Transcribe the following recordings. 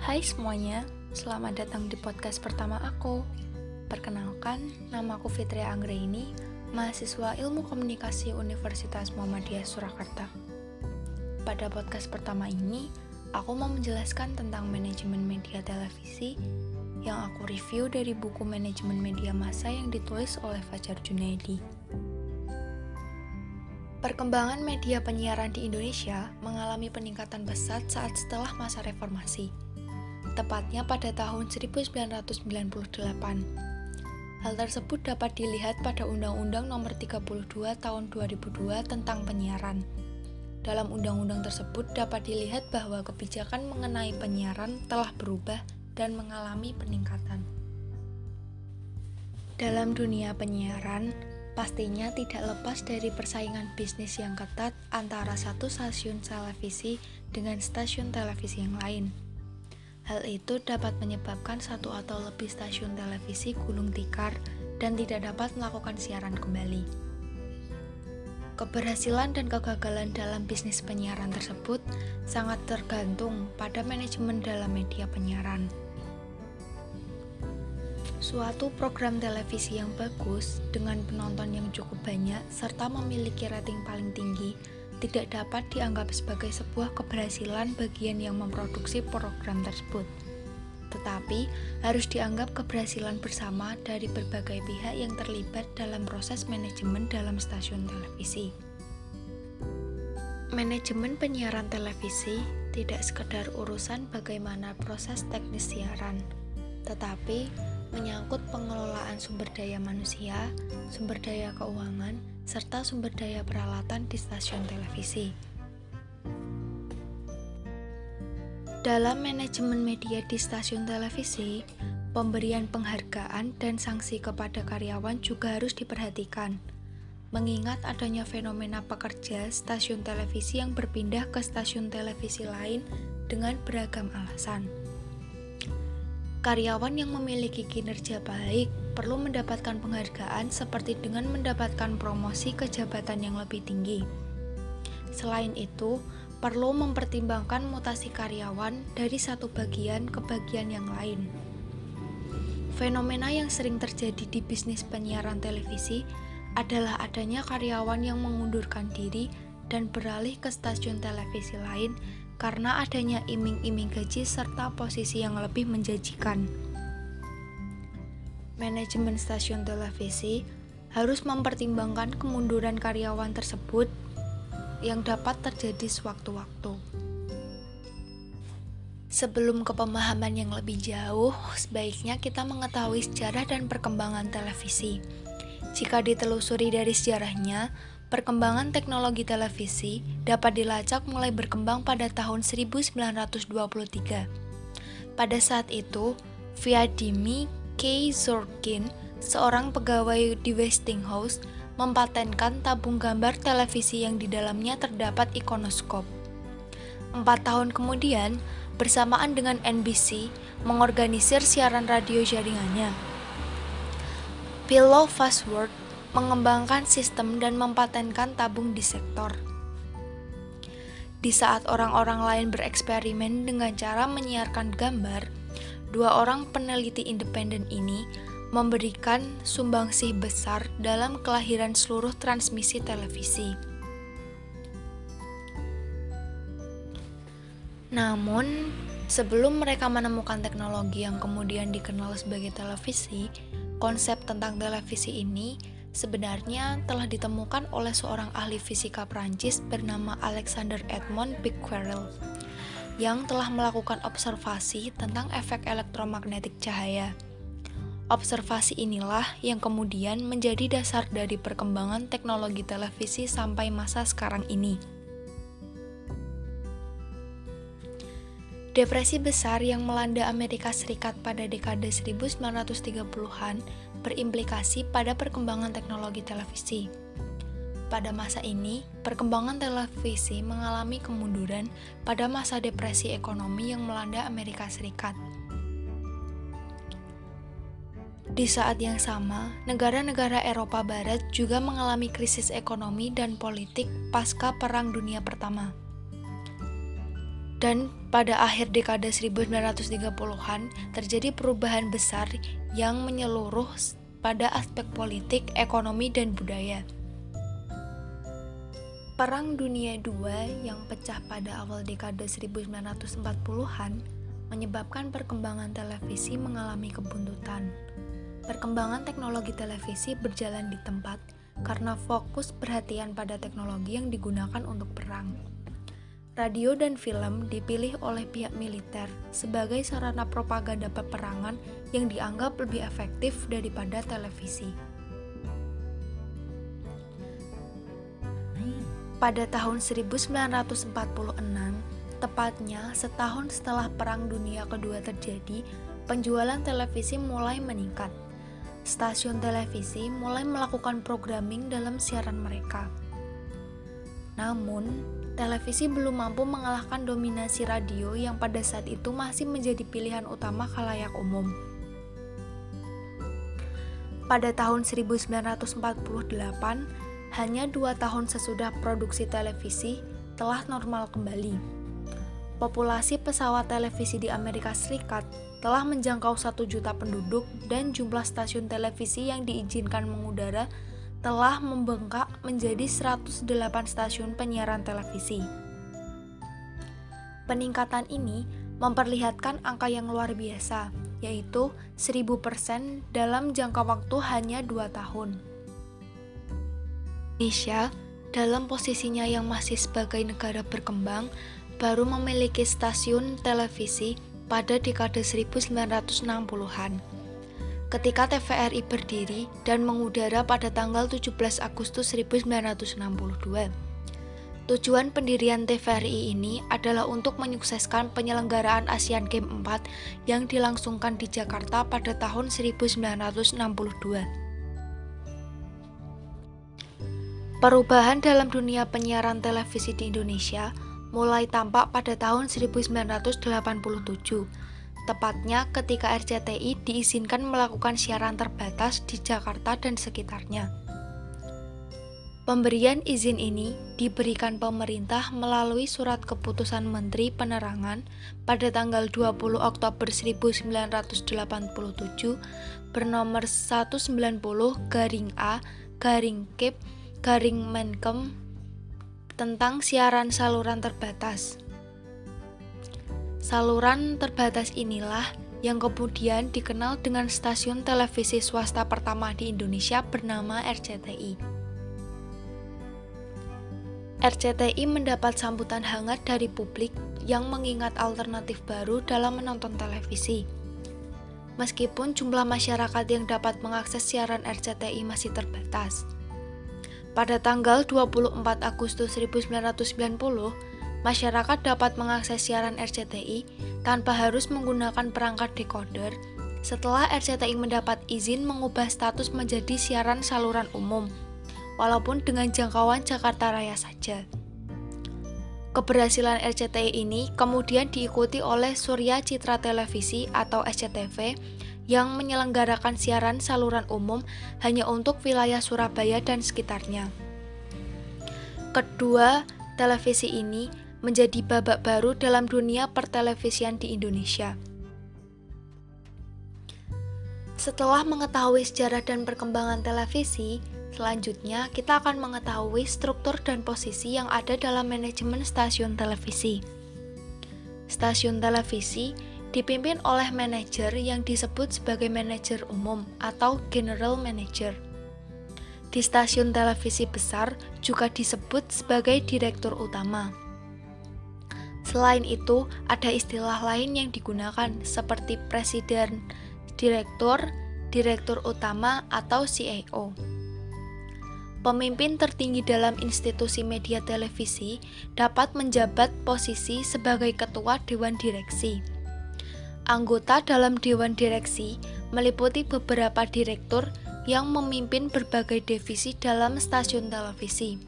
Hai semuanya, selamat datang di podcast pertama aku. Perkenalkan, nama aku Fitri Anggraini, mahasiswa Ilmu Komunikasi Universitas Muhammadiyah Surakarta. Pada podcast pertama ini, aku mau menjelaskan tentang manajemen media televisi yang aku review dari buku Manajemen Media Massa yang ditulis oleh Fajar Junaidi. Perkembangan media penyiaran di Indonesia mengalami peningkatan pesat saat setelah masa reformasi, tepatnya pada tahun 1998. Hal tersebut dapat dilihat pada Undang-Undang Nomor 32 Tahun 2002 tentang penyiaran. Dalam undang-undang tersebut dapat dilihat bahwa kebijakan mengenai penyiaran telah berubah dan mengalami peningkatan. Dalam dunia penyiaran, pastinya tidak lepas dari persaingan bisnis yang ketat antara satu stasiun televisi dengan stasiun televisi yang lain. Hal itu dapat menyebabkan satu atau lebih stasiun televisi gulung tikar dan tidak dapat melakukan siaran kembali. Keberhasilan dan kegagalan dalam bisnis penyiaran tersebut sangat tergantung pada manajemen dalam media penyiaran. Suatu program televisi yang bagus dengan penonton yang cukup banyak serta memiliki rating paling tinggi tidak dapat dianggap sebagai sebuah keberhasilan bagian yang memproduksi program tersebut, tetapi harus dianggap keberhasilan bersama dari berbagai pihak yang terlibat dalam proses manajemen dalam stasiun televisi. Manajemen penyiaran televisi tidak sekedar urusan bagaimana proses teknis siaran, tetapi menyangkut pengelolaan sumber daya manusia, sumber daya keuangan, serta sumber daya peralatan di stasiun televisi. Dalam manajemen media di stasiun televisi, pemberian penghargaan dan sanksi kepada karyawan juga harus diperhatikan, mengingat adanya fenomena pekerja stasiun televisi yang berpindah ke stasiun televisi lain dengan beragam alasan. Karyawan yang memiliki kinerja baik perlu mendapatkan penghargaan seperti dengan mendapatkan promosi ke jabatan yang lebih tinggi. Selain itu, perlu mempertimbangkan mutasi karyawan dari satu bagian ke bagian yang lain. Fenomena yang sering terjadi di bisnis penyiaran televisi adalah adanya karyawan yang mengundurkan diri dan beralih ke stasiun televisi lain karena adanya iming-iming gaji serta posisi yang lebih menjanjikan. Manajemen stasiun televisi harus mempertimbangkan kemunduran karyawan tersebut yang dapat terjadi sewaktu-waktu. Sebelum ke pemahaman yang lebih jauh, sebaiknya kita mengetahui sejarah dan perkembangan televisi. Jika ditelusuri dari sejarahnya, perkembangan teknologi televisi dapat dilacak mulai berkembang pada tahun 1923. Pada saat itu, Vladimir K. Zworykin, seorang pegawai di Westinghouse, mempatenkan tabung gambar televisi yang di dalamnya terdapat ikonoskop. 4 tahun kemudian, bersamaan dengan NBC, mengorganisir siaran radio jaringannya. Philo Farnsworth mengembangkan sistem dan mempatenkan tabung di sektor. Di saat orang-orang lain bereksperimen dengan cara menyiarkan gambar, 2 orang peneliti independen ini memberikan sumbangsih besar dalam kelahiran seluruh transmisi televisi. Namun, sebelum mereka menemukan teknologi yang kemudian dikenal sebagai televisi, konsep tentang televisi ini sebenarnya telah ditemukan oleh seorang ahli fisika Prancis bernama Alexander Edmond Becquerel yang telah melakukan observasi tentang efek elektromagnetik cahaya. Observasi inilah yang kemudian menjadi dasar dari perkembangan teknologi televisi sampai masa sekarang ini. Depresi besar yang melanda Amerika Serikat pada dekade 1930-an berimplikasi pada perkembangan teknologi televisi. Pada masa ini, perkembangan televisi mengalami kemunduran pada masa depresi ekonomi yang melanda Amerika Serikat. Di saat yang sama, negara-negara Eropa Barat juga mengalami krisis ekonomi dan politik pasca Perang Dunia Pertama. Dan pada akhir dekade 1930-an terjadi perubahan besar yang menyeluruh pada aspek politik, ekonomi, dan budaya. Perang Dunia II yang pecah pada awal dekade 1940-an menyebabkan perkembangan televisi mengalami kebuntutan. Perkembangan teknologi televisi berjalan di tempat karena fokus perhatian pada teknologi yang digunakan untuk perang. Radio dan film dipilih oleh pihak militer sebagai sarana propaganda peperangan yang dianggap lebih efektif daripada televisi. Pada tahun 1946, tepatnya setahun setelah Perang Dunia Kedua terjadi, penjualan televisi mulai meningkat. Stasiun televisi mulai melakukan programming dalam siaran mereka. Namun, televisi belum mampu mengalahkan dominasi radio yang pada saat itu masih menjadi pilihan utama khalayak umum. Pada tahun 1948, hanya 2 tahun sesudah produksi televisi, telah normal kembali. Populasi pesawat televisi di Amerika Serikat telah menjangkau 1 juta penduduk dan jumlah stasiun televisi yang diizinkan mengudara telah membengkak menjadi 108 stasiun penyiaran televisi. Peningkatan ini memperlihatkan angka yang luar biasa, yaitu 1000% dalam jangka waktu hanya 2 tahun. Indonesia, dalam posisinya yang masih sebagai negara berkembang, baru memiliki stasiun televisi pada dekade 1960-an. Ketika TVRI berdiri dan mengudara pada tanggal 17 Agustus 1962. Tujuan pendirian TVRI ini adalah untuk menyukseskan penyelenggaraan Asian Games 4 yang dilangsungkan di Jakarta pada tahun 1962. Perubahan dalam dunia penyiaran televisi di Indonesia mulai tampak pada tahun 1987, tepatnya ketika RCTI diizinkan melakukan siaran terbatas di Jakarta dan sekitarnya. Pemberian izin ini diberikan pemerintah melalui Surat Keputusan Menteri Penerangan pada tanggal 20 Oktober 1987 bernomor 190-A-Kep-Menkem tentang siaran saluran terbatas. Saluran terbatas inilah yang kemudian dikenal dengan stasiun televisi swasta pertama di Indonesia bernama RCTI. RCTI mendapat sambutan hangat dari publik yang mengingat alternatif baru dalam menonton televisi. Meskipun jumlah masyarakat yang dapat mengakses siaran RCTI masih terbatas. Pada tanggal 24 Agustus 1990, masyarakat dapat mengakses siaran RCTI tanpa harus menggunakan perangkat decoder setelah RCTI mendapat izin mengubah status menjadi siaran saluran umum, walaupun dengan jangkauan Jakarta Raya saja. Keberhasilan RCTI ini kemudian diikuti oleh Surya Citra Televisi atau SCTV yang menyelenggarakan siaran saluran umum hanya untuk wilayah Surabaya dan sekitarnya. Kedua televisi ini menjadi babak baru dalam dunia pertelevisian di Indonesia. Setelah mengetahui sejarah dan perkembangan televisi, selanjutnya kita akan mengetahui struktur dan posisi yang ada dalam manajemen stasiun televisi. Stasiun televisi dipimpin oleh manajer yang disebut sebagai manajer umum atau general manager. Di stasiun televisi besar juga disebut sebagai direktur utama. Selain itu, ada istilah lain yang digunakan seperti presiden, direktur, direktur utama, atau CEO. Pemimpin tertinggi dalam institusi media televisi dapat menjabat posisi sebagai ketua dewan direksi. Anggota dalam dewan direksi meliputi beberapa direktur yang memimpin berbagai divisi dalam stasiun televisi.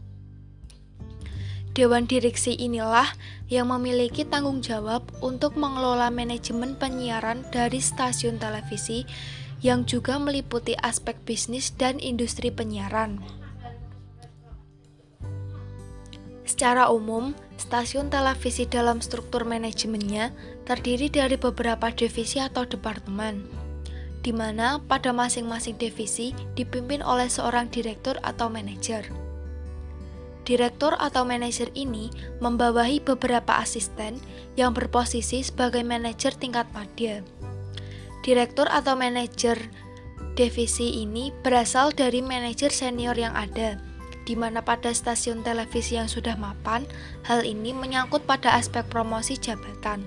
Dewan direksi inilah yang memiliki tanggung jawab untuk mengelola manajemen penyiaran dari stasiun televisi yang juga meliputi aspek bisnis dan industri penyiaran. Secara umum, stasiun televisi dalam struktur manajemennya terdiri dari beberapa divisi atau departemen, di mana pada masing-masing divisi dipimpin oleh seorang direktur atau manajer. Direktur atau manajer ini membawahi beberapa asisten yang berposisi sebagai manajer tingkat madya. Direktur atau manajer divisi ini berasal dari manajer senior yang ada, di mana pada stasiun televisi yang sudah mapan, hal ini menyangkut pada aspek promosi jabatan.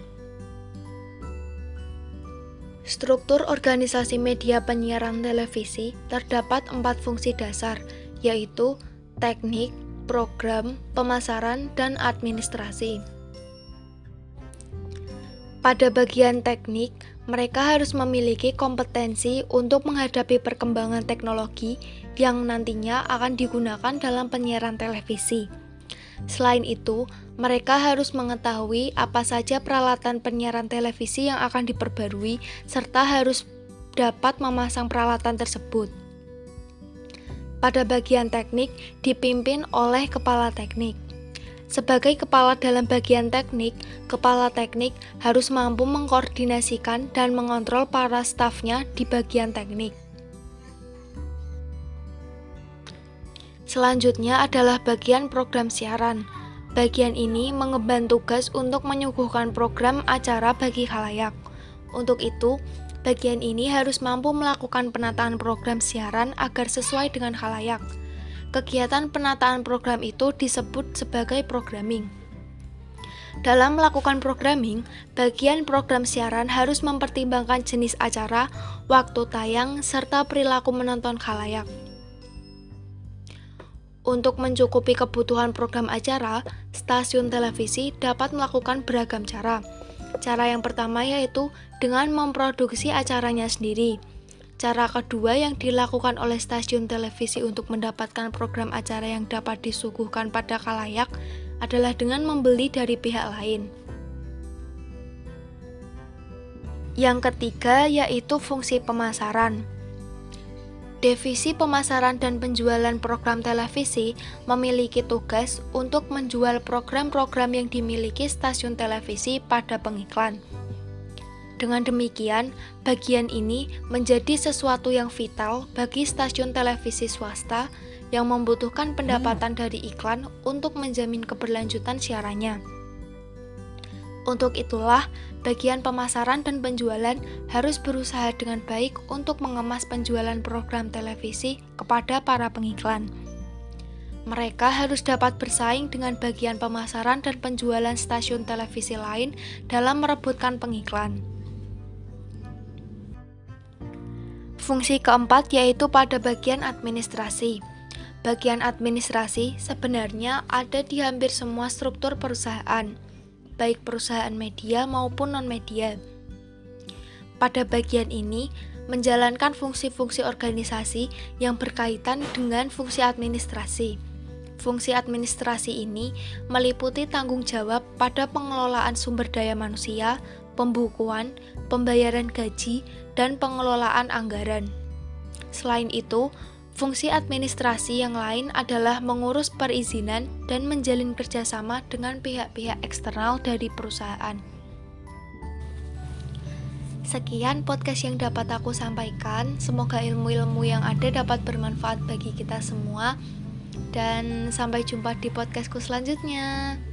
Struktur organisasi media penyiaran televisi terdapat 4 fungsi dasar, yaitu teknik, program, pemasaran, dan administrasi. Pada bagian teknik, mereka harus memiliki kompetensi untuk menghadapi perkembangan teknologi yang nantinya akan digunakan dalam penyiaran televisi. Selain itu, mereka harus mengetahui apa saja peralatan penyiaran televisi yang akan diperbarui, serta harus dapat memasang peralatan tersebut. Pada bagian teknik, dipimpin oleh kepala teknik. Sebagai kepala dalam bagian teknik, kepala teknik harus mampu mengkoordinasikan dan mengontrol para stafnya di bagian teknik. Selanjutnya adalah bagian program siaran. Bagian ini mengemban tugas untuk menyuguhkan program acara bagi khalayak. Untuk itu, bagian ini harus mampu melakukan penataan program siaran agar sesuai dengan khalayak. Kegiatan penataan program itu disebut sebagai programming. Dalam melakukan programming, bagian program siaran harus mempertimbangkan jenis acara, waktu tayang, serta perilaku menonton khalayak. Untuk mencukupi kebutuhan program acara, stasiun televisi dapat melakukan beragam cara. Cara yang pertama yaitu dengan memproduksi acaranya sendiri. Cara kedua yang dilakukan oleh stasiun televisi untuk mendapatkan program acara yang dapat disuguhkan pada khalayak adalah dengan membeli dari pihak lain. Yang ketiga yaitu fungsi pemasaran. Divisi pemasaran dan penjualan program televisi memiliki tugas untuk menjual program-program yang dimiliki stasiun televisi pada pengiklan. Dengan demikian, bagian ini menjadi sesuatu yang vital bagi stasiun televisi swasta yang membutuhkan pendapatan dari iklan untuk menjamin keberlanjutan siarannya. Untuk itulah, bagian pemasaran dan penjualan harus berusaha dengan baik untuk mengemas penjualan program televisi kepada para pengiklan. Mereka harus dapat bersaing dengan bagian pemasaran dan penjualan stasiun televisi lain dalam merebutkan pengiklan. Fungsi keempat yaitu pada bagian administrasi. Bagian administrasi sebenarnya ada di hampir semua struktur perusahaan, baik perusahaan media maupun non-media. Pada bagian ini, menjalankan fungsi-fungsi organisasi yang berkaitan dengan fungsi administrasi. Fungsi administrasi ini meliputi tanggung jawab pada pengelolaan sumber daya manusia, pembukuan, pembayaran gaji, dan pengelolaan anggaran. Selain itu, fungsi administrasi yang lain adalah mengurus perizinan dan menjalin kerjasama dengan pihak-pihak eksternal dari perusahaan. Sekian podcast yang dapat aku sampaikan. Semoga ilmu-ilmu yang ada dapat bermanfaat bagi kita semua. Dan sampai jumpa di podcastku selanjutnya.